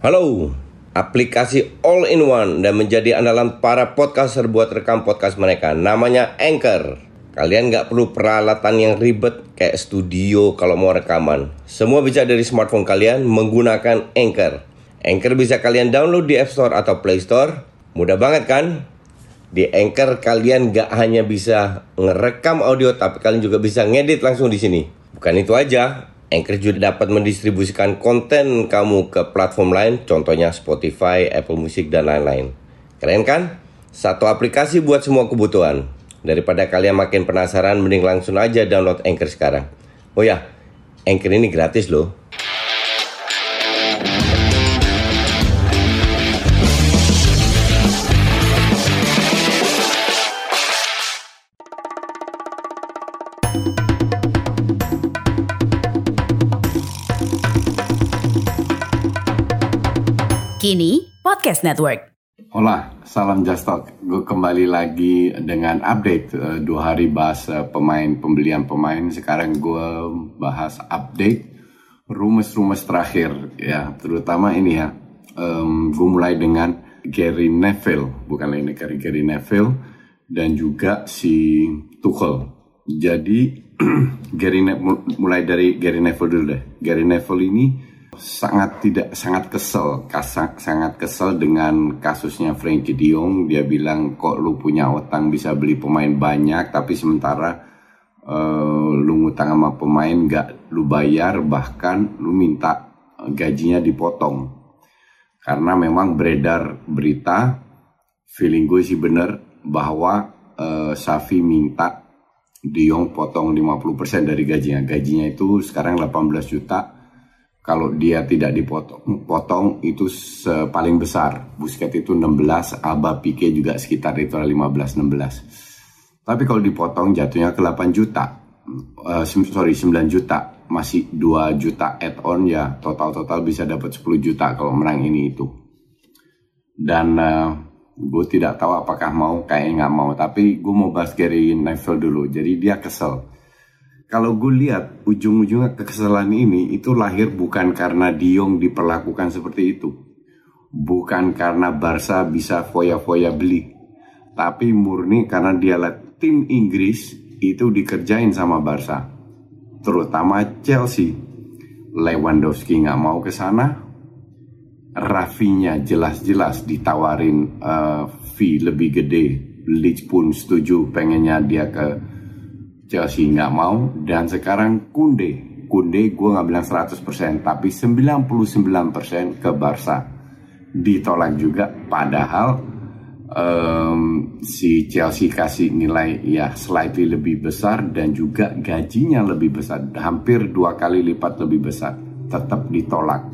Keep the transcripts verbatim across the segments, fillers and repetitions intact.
Halo, aplikasi all-in-one dan menjadi andalan para podcaster buat rekam podcast mereka. Namanya Anchor. Kalian nggak perlu peralatan yang ribet kayak studio kalau mau rekaman. Semua bisa dari smartphone kalian menggunakan Anchor. Anchor bisa kalian download di App Store atau Play Store. Mudah banget kan? Di Anchor kalian nggak hanya bisa ngerekam audio, tapi kalian juga bisa ngedit langsung di sini. Bukan itu aja. Anchor juga dapat mendistribusikan konten kamu ke platform lain, contohnya Spotify, Apple Music, dan lain-lain. Keren kan? Satu aplikasi buat semua kebutuhan. Daripada kalian makin penasaran, mending langsung aja download Anchor sekarang. Oh ya, Anchor ini gratis loh. Kini Podcast Network. Hola, salam Just Talk. Gue kembali lagi dengan update uh, dua hari bahas uh, pemain pembelian pemain. Sekarang gue bahas update rumus-rumus terakhir ya, terutama ini ya. Um, gue mulai dengan Gary Neville, bukan lain dari Gary Neville dan juga si Tuchel. Jadi Gary Ne- mulai dari Gary Neville dulu deh. Gary Neville ini sangat tidak sangat kesel kasak, sangat kesel dengan kasusnya Frenkie de Jong. Dia bilang, kok lu punya utang bisa beli pemain banyak tapi sementara uh, lu ngutang sama pemain gak lu bayar, bahkan lu minta gajinya dipotong. Karena memang beredar berita, feeling gue sih bener, bahwa uh, Xavi minta de Jong potong lima puluh persen dari gajinya. Gajinya itu sekarang delapan belas juta. Kalau dia tidak dipotong potong itu paling besar. Busquets itu enam belas, Alba, Pique juga sekitar itu lima belas enam belas. Tapi kalau dipotong jatuhnya ke delapan juta. Uh, sorry, sembilan juta. Masih dua juta add-on ya. Total-total bisa dapat sepuluh juta kalau menang ini itu. Dan uh, gue tidak tahu apakah mau, kayaknya nggak mau. Tapi gue mau bahas Gary Neville dulu. Jadi dia kesel. Kalau gue lihat ujung-ujungnya kekesalan ini itu lahir bukan karena de Jong diperlakukan seperti itu, bukan karena Barca bisa foya-foya beli, tapi murni karena dia lihat tim Inggris itu dikerjain sama Barca, terutama Chelsea. Lewandowski nggak mau ke sana, Rafinha jelas-jelas ditawarin uh, fee lebih gede, Leeds pun setuju pengennya dia ke Chelsea, nggak mau. Dan sekarang Kunde Kunde gue nggak bilang seratus persen tapi sembilan puluh sembilan persen ke Barca ditolak juga, padahal um, si Chelsea kasih nilai ya slightly lebih besar dan juga gajinya lebih besar, hampir dua kali lipat lebih besar, tetap ditolak.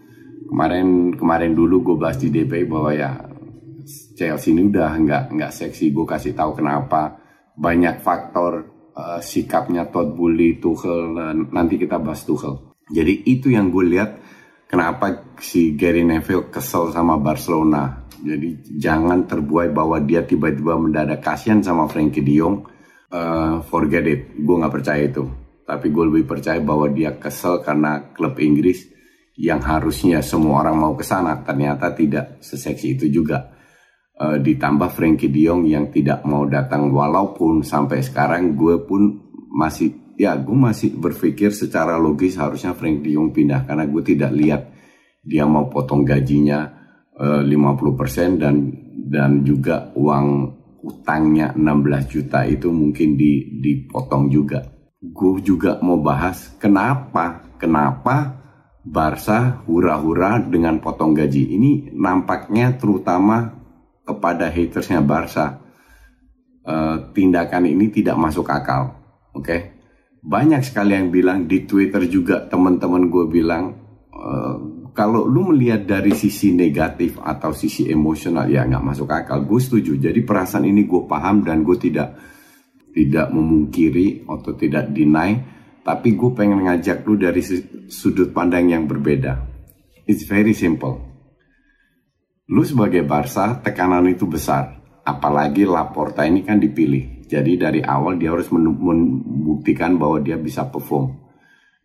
Kemarin kemarin dulu gue bahas di D P I bahwa ya Chelsea ini udah nggak nggak seksi. Gue kasih tahu kenapa, banyak faktor. Uh, sikapnya Todd Boehly, Tuchel, uh, nanti kita bahas Tuchel. Jadi itu yang gue lihat kenapa si Gary Neville kesel sama Barcelona. Jadi jangan terbuai bahwa dia tiba-tiba mendadak kasihan sama Frenkie de Jong. Uh, forget it, gue gak percaya itu. Tapi gue lebih percaya bahwa dia kesel karena klub Inggris yang harusnya semua orang mau ke sana ternyata tidak seseksi itu juga. Uh, ditambah Frenkie de Jong yang tidak mau datang, walaupun sampai sekarang gue pun masih ya gue masih berpikir secara logis harusnya Frenkie de Jong pindah, karena gue tidak lihat dia mau potong gajinya uh, lima puluh persen dan dan juga uang utangnya enam belas juta itu mungkin di, dipotong juga. Gue juga mau bahas kenapa kenapa Barca hura-hura dengan potong gaji ini, nampaknya terutama kepada hatersnya Barca, uh, tindakan ini tidak masuk akal. Oke, okay? Banyak sekali yang bilang di Twitter juga, teman-teman gue bilang, uh, kalau lu melihat dari sisi negatif atau sisi emosional ya nggak masuk akal. Gue setuju. Jadi perasaan ini gue paham dan gue tidak tidak memungkiri atau tidak deny. Tapi gue pengen ngajak lu dari sudut pandang yang berbeda. It's very simple. Lu sebagai Barca, tekanan itu besar. Apalagi Laporta ini kan dipilih. Jadi dari awal dia harus membuktikan bahwa dia bisa perform.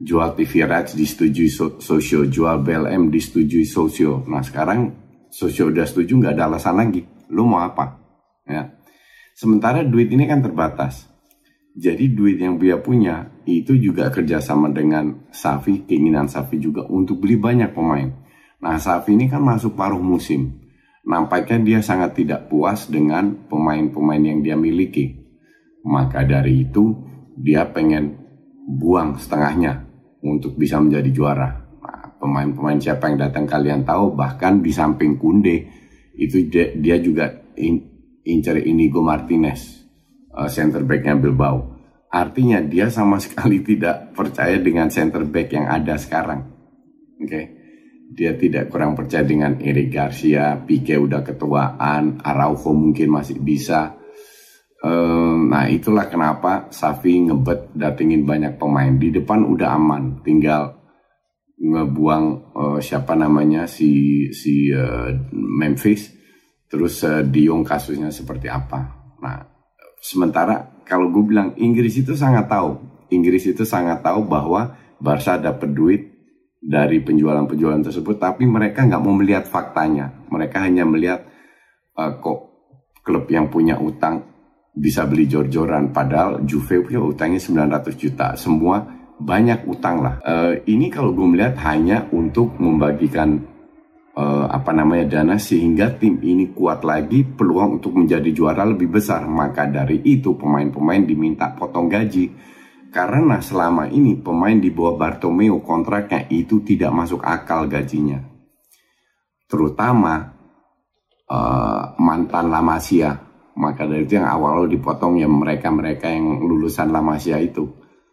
jual T V rights disetujui so- Sosio, jual B L M disetujui Sosio. Nah sekarang Sosio udah setuju, nggak ada alasan lagi. Lu mau apa? Ya. Sementara duit ini kan terbatas. Jadi duit yang dia punya itu juga kerjasama dengan Xavi, keinginan Xavi juga untuk beli banyak pemain. Nah Xavi ini kan masuk paruh musim. Nampaknya dia sangat tidak puas dengan pemain-pemain yang dia miliki. Maka dari itu dia pengen buang setengahnya untuk bisa menjadi juara. Nah, pemain-pemain siapa yang datang kalian tahu, bahkan di samping Koundé itu dia, dia juga in, incer Inigo Martinez, uh, center back-nya Bilbao. Artinya dia sama sekali tidak percaya dengan center back yang ada sekarang. Oke. Okay? Dia tidak kurang percaya dengan Eric Garcia, Pique udah ketuaan, Araujo mungkin masih bisa. Um, nah itulah kenapa Xavi ngebet datengin banyak pemain. Di depan udah aman, tinggal ngebuang uh, siapa namanya si si uh, Memphis, terus uh, De Jong kasusnya seperti apa. Nah sementara kalau gue bilang Inggris itu sangat tahu, Inggris itu sangat tahu bahwa Barca dapat duit dari penjualan-penjualan tersebut, tapi mereka nggak mau melihat faktanya. Mereka hanya melihat uh, kok klub yang punya utang bisa beli jor-joran, padahal Juve punya utangnya sembilan ratus juta. Semua banyak utang lah. Uh, ini kalau gue melihat hanya untuk membagikan uh, apa namanya dana sehingga tim ini kuat lagi, peluang untuk menjadi juara lebih besar. Maka dari itu pemain-pemain diminta potong gaji. Karena selama ini pemain di bawah Bartomeu kontraknya itu tidak masuk akal gajinya. Terutama uh, mantan La Masia. Maka dari itu yang awal-awal dipotong ya mereka-mereka yang lulusan La Masia itu.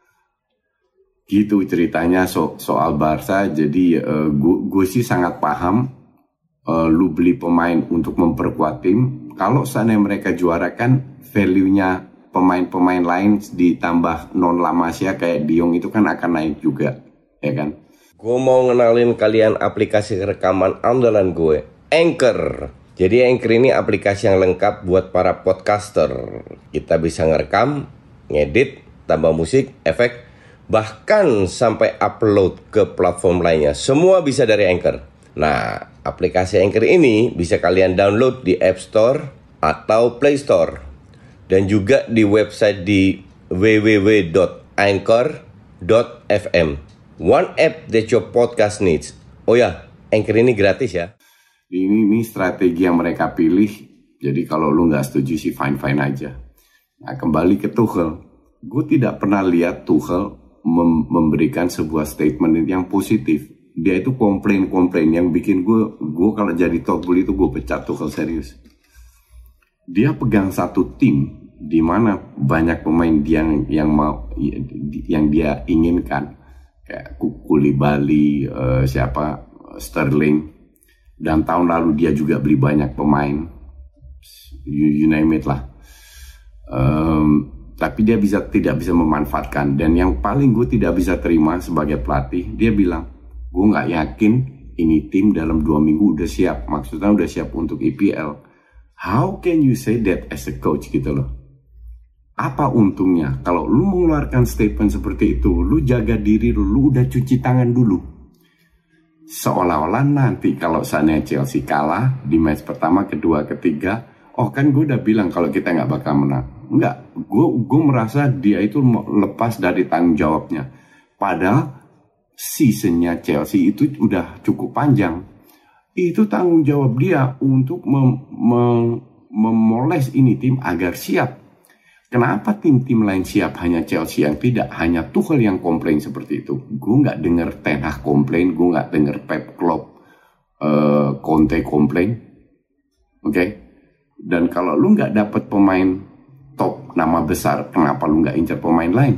Gitu ceritanya so soal Barca. Jadi uh, gue sih sangat paham uh, lu beli pemain untuk memperkuat tim. Kalau seandainya mereka juara kan value-nya pemain-pemain lain ditambah non La Masia kayak De Jong itu kan akan naik juga, ya kan? Gue mau ngenalin kalian aplikasi rekaman andalan gue, Anchor. Jadi Anchor ini aplikasi yang lengkap buat para podcaster. Kita bisa ngerekam, ngedit, tambah musik, efek, bahkan sampai upload ke platform lainnya. Semua bisa dari Anchor. Nah, aplikasi Anchor ini bisa kalian download di App Store atau Play Store. Dan juga di website di w w w dot anchor dot f m. One app that your podcast needs. Oh ya, Anchor ini gratis ya. Ini, ini strategi yang mereka pilih. Jadi kalau lu nggak setuju sih fine-fine aja. Nah kembali ke Tuchel. Gue tidak pernah lihat Tuchel mem- memberikan sebuah statement yang positif. Dia itu komplain-komplain yang bikin gue, gue kalau jadi Tokbul itu gue pecat Tuchel serius. Dia pegang satu tim di mana banyak pemain yang yang mau yang dia inginkan kayak Koulibaly, uh, siapa Sterling. Dan tahun lalu dia juga beli banyak pemain, you, you name it lah. Um, tapi dia bisa tidak bisa memanfaatkan. Dan yang paling gue tidak bisa terima sebagai pelatih, dia bilang, gue nggak yakin ini tim dalam dua minggu udah siap. Maksudnya udah siap untuk E P L. How can you say that as a coach gitu loh? Apa untungnya kalau lu mengeluarkan statement seperti itu? Lu jaga diri lu, lu udah cuci tangan dulu. Seolah-olah nanti kalau seandainya Chelsea kalah di match pertama, kedua, ketiga, oh kan gue udah bilang kalau kita nggak bakal menang. Enggak, gue gue merasa dia itu lepas dari tanggung jawabnya. Padahal seasonnya Chelsea itu udah cukup panjang. Itu tanggung jawab dia untuk mem- mem- memoles ini tim agar siap. Kenapa tim-tim lain siap, hanya Chelsea yang tidak? Hanya Tuchel yang komplain seperti itu. Gue nggak denger Ten Hag komplain, gue nggak denger Pep Klopp, uh, Conte komplain. Oke? Okay? Dan kalau lu nggak dapet pemain top nama besar, kenapa lu nggak incar pemain lain?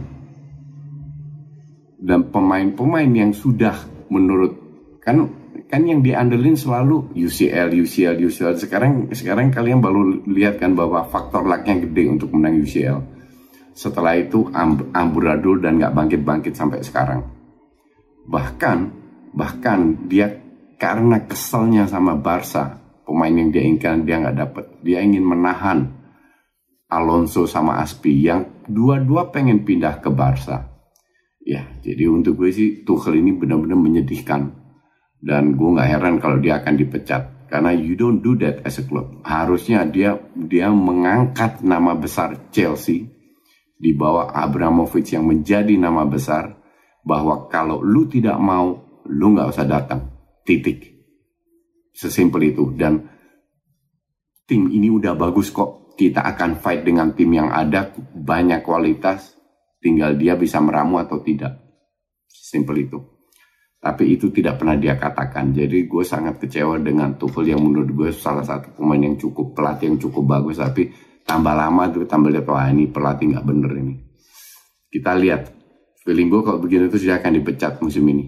Dan pemain-pemain yang sudah menurut kan kan yang diandelin selalu U C L, U C L, U C L. Sekarang sekarang kalian baru lihat kan bahwa faktor lucknya gede untuk menang U C L. Setelah itu amb- amburadul dan nggak bangkit-bangkit sampai sekarang. Bahkan bahkan dia karena keselnya sama Barca, pemain yang dia inginkan dia nggak dapet. Dia ingin menahan Alonso sama Aspi yang dua-dua pengen pindah ke Barca. Ya, jadi untuk gue sih Tuchel ini benar-benar menyedihkan. Dan gue nggak heran kalau dia akan dipecat. Karena you don't do that as a club. Harusnya dia dia mengangkat nama besar Chelsea di bawah Abramovich yang menjadi nama besar. Bahwa kalau lu tidak mau, lu nggak usah datang. Titik. Sesimpel itu. Dan tim ini udah bagus kok. Kita akan fight dengan tim yang ada. Banyak kualitas. Tinggal dia bisa meramu atau tidak. Simpel itu. Tapi itu tidak pernah dia katakan. Jadi gue sangat kecewa dengan Tuchel yang menurut gue salah satu pemain yang cukup, pelatih yang cukup bagus. Tapi tambah lama tuh tambah lihat, wah ini pelatih gak bener ini. Kita lihat. Feeling gue kalau begini tuh dia akan dipecat musim ini.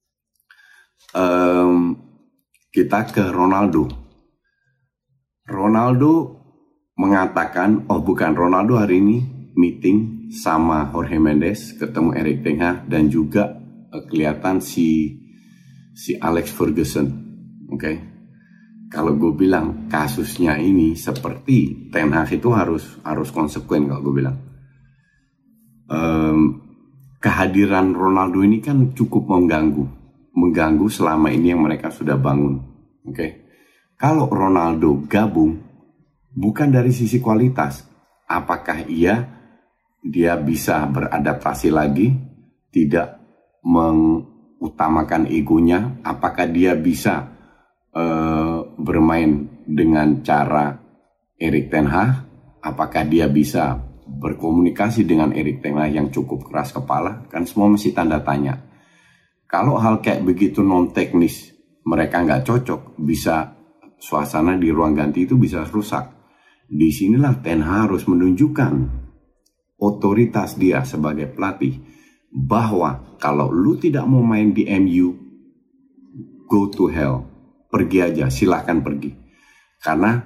Um, kita ke Ronaldo. Ronaldo mengatakan, oh bukan, Ronaldo hari ini meeting sama Jorge Mendes, ketemu Erik ten Hag, dan juga uh, kelihatan si si Alex Ferguson. Oke, okay? Kalau gue bilang kasusnya ini seperti Ten Hag itu harus harus konsekuen kalau gue bilang. Um, kehadiran Ronaldo ini kan cukup mengganggu, mengganggu selama ini yang mereka sudah bangun. Oke, okay? Kalau Ronaldo gabung, bukan dari sisi kualitas, apakah ia dia bisa beradaptasi lagi, tidak mengutamakan egonya, apakah dia bisa uh, bermain dengan cara Erik ten Hag, apakah dia bisa berkomunikasi dengan Erik ten Hag yang cukup keras kepala, kan semua masih tanda tanya. Kalau hal kayak begitu non teknis mereka nggak cocok, bisa suasana di ruang ganti itu bisa rusak. Disinilah Ten Hag harus menunjukkan otoritas dia sebagai pelatih, bahwa kalau lu tidak mau main di M U, go to hell, pergi aja, silahkan pergi. Karena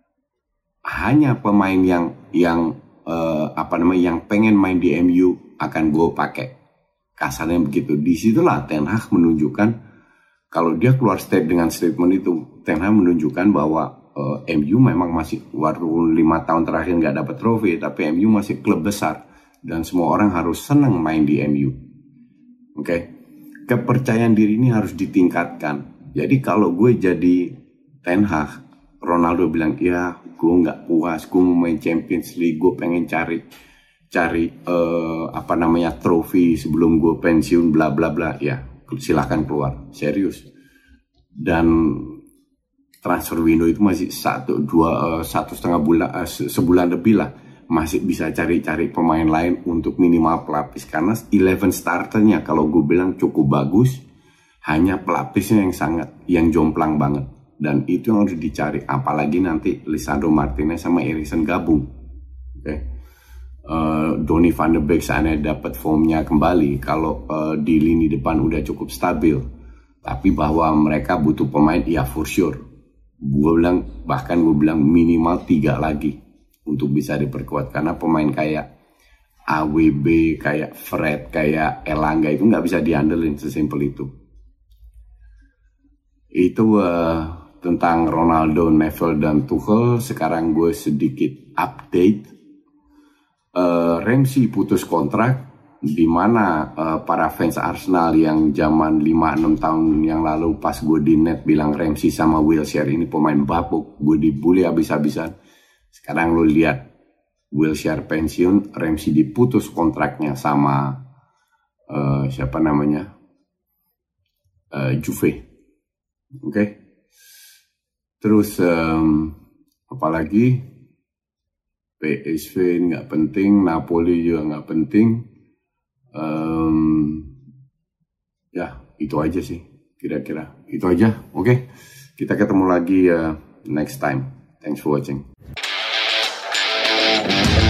hanya pemain yang yang uh, apa namanya yang pengen main di M U akan gue pakai, kasarnya begitu. Disitulah Ten Hag menunjukkan, kalau dia keluar state dengan statement itu, Ten Hag menunjukkan bahwa Uh, M U memang masih waktu lima tahun terakhir nggak dapat trofi, tapi M U masih klub besar dan semua orang harus senang main di M U. Oke, okay? Kepercayaan diri ini harus ditingkatkan. Jadi kalau gue jadi Ten Hag, Ronaldo bilang, ya gue nggak puas, gue mau main Champions League, gue pengen cari cari uh, apa namanya trofi sebelum gue pensiun, bla bla bla. Ya silahkan keluar, serius. Dan transfer window itu masih satu dua uh, satu setengah bulan uh, sebulan lebih lah, masih bisa cari-cari pemain lain untuk minimal pelapis, karena eleven starternya kalau gue bilang cukup bagus, hanya pelapisnya yang sangat yang jomplang banget, dan itu yang harus dicari, apalagi nanti Lisandro Martinez sama Eriksen gabung. Oke, okay. uh, Donny van de Beek sana dapat formnya kembali kalau uh, di lini depan udah cukup stabil, tapi bahwa mereka butuh pemain, ya for sure. Gue bilang, bahkan gue bilang minimal tiga lagi untuk bisa diperkuat, karena pemain kayak A W B, kayak Fred, kayak Elanga itu nggak bisa diandelin, sesimpel itu. Itu uh, tentang Ronaldo, Neville, dan Tuchel. Sekarang gue sedikit update. Uh, Ramsey putus kontrak, di mana uh, para fans Arsenal yang zaman lima enam tahun yang lalu pas gue di net bilang Ramsey sama Wilshere ini pemain bapuk, gue dibully habis-habisan. Sekarang lo lihat, Wilshere pensiun, Ramsey diputus kontraknya sama uh, siapa namanya uh, Juve. Oke, okay? Terus um, apalagi P S V nggak penting, Napoli juga nggak penting. Um, ya itu aja sih kira-kira, itu aja. Oke, okay? Kita ketemu lagi uh, next time. Thanks for watching.